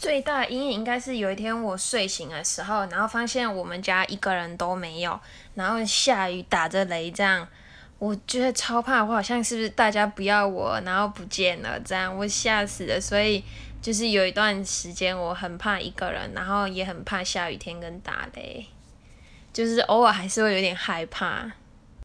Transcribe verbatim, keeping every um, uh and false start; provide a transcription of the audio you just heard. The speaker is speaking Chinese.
最大的阴影应该是有一天我睡醒的时候，然后发现我们家一个人都没有，然后下雨打着雷这样，我觉得超怕，我好像是不是大家不要我，然后不见了这样，我吓死了。所以就是有一段时间我很怕一个人，然后也很怕下雨天跟打雷，就是偶尔还是会有点害怕。